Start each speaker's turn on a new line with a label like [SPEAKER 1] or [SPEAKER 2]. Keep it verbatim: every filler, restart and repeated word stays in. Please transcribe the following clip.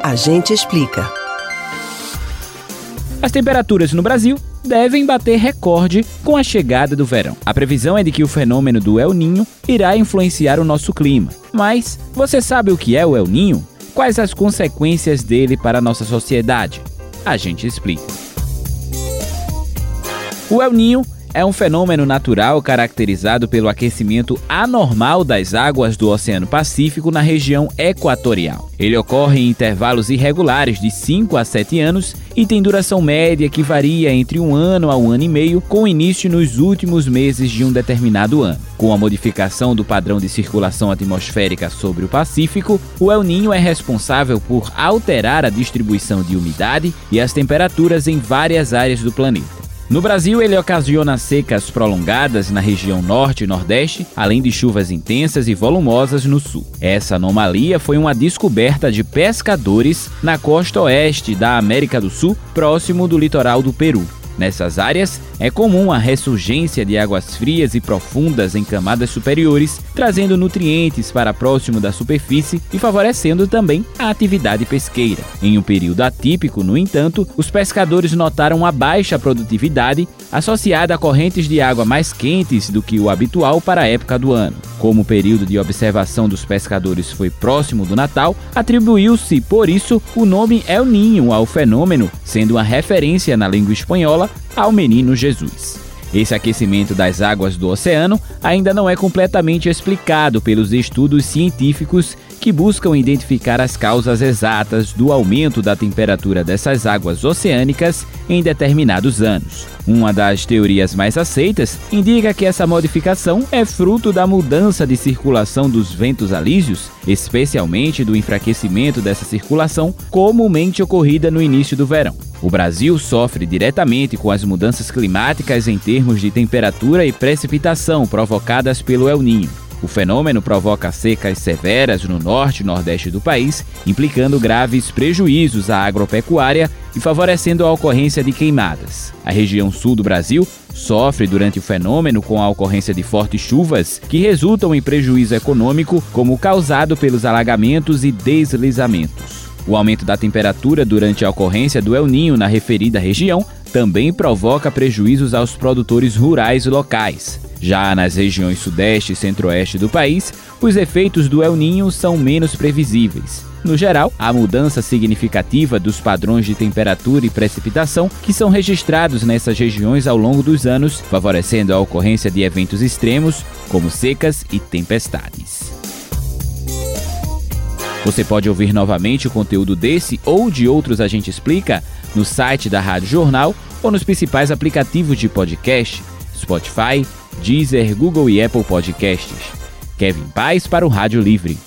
[SPEAKER 1] A gente explica.
[SPEAKER 2] As temperaturas no Brasil devem bater recorde com a chegada do verão. A previsão é de que o fenômeno do El Niño irá influenciar o nosso clima. Mas você sabe o que é o El Niño? Quais as consequências dele para a nossa sociedade? A gente explica. O El Niño é um fenômeno natural caracterizado pelo aquecimento anormal das águas do Oceano Pacífico na região equatorial. Ele ocorre em intervalos irregulares de cinco a sete anos e tem duração média que varia entre um ano a um ano e meio, com início nos últimos meses de um determinado ano. Com a modificação do padrão de circulação atmosférica sobre o Pacífico, o El Niño é responsável por alterar a distribuição de umidade e as temperaturas em várias áreas do planeta. No Brasil, ele ocasiona secas prolongadas na região norte e nordeste, além de chuvas intensas e volumosas no sul. Essa anomalia foi uma descoberta de pescadores na costa oeste da América do Sul, próximo do litoral do Peru. Nessas áreas, é comum a ressurgência de águas frias e profundas em camadas superiores, trazendo nutrientes para próximo da superfície e favorecendo também a atividade pesqueira. Em um período atípico, no entanto, os pescadores notaram a baixa produtividade associada a correntes de água mais quentes do que o habitual para a época do ano. Como o período de observação dos pescadores foi próximo do Natal, atribuiu-se, por isso, o nome El Niño ao fenômeno, sendo uma referência na língua espanhola ao menino Jesus. Esse aquecimento das águas do oceano ainda não é completamente explicado pelos estudos científicos que buscam identificar as causas exatas do aumento da temperatura dessas águas oceânicas em determinados anos. Uma das teorias mais aceitas indica que essa modificação é fruto da mudança de circulação dos ventos alísios, especialmente do enfraquecimento dessa circulação comumente ocorrida no início do verão. O Brasil sofre diretamente com as mudanças climáticas em termos de temperatura e precipitação provocadas pelo El Niño. O fenômeno provoca secas severas no norte e nordeste do país, implicando graves prejuízos à agropecuária e favorecendo a ocorrência de queimadas. A região sul do Brasil sofre durante o fenômeno com a ocorrência de fortes chuvas que resultam em prejuízo econômico, como causado pelos alagamentos e deslizamentos. O aumento da temperatura durante a ocorrência do El Niño na referida região também provoca prejuízos aos produtores rurais locais. Já nas regiões sudeste e centro-oeste do país, os efeitos do El Niño são menos previsíveis. No geral, há mudança significativa dos padrões de temperatura e precipitação que são registrados nessas regiões ao longo dos anos, favorecendo a ocorrência de eventos extremos, como secas e tempestades. Você pode ouvir novamente o conteúdo desse ou de outros A Gente Explica no site da Rádio Jornal ou nos principais aplicativos de podcast, Spotify, Deezer, Google e Apple Podcasts. Kevin Paz para o Rádio Livre.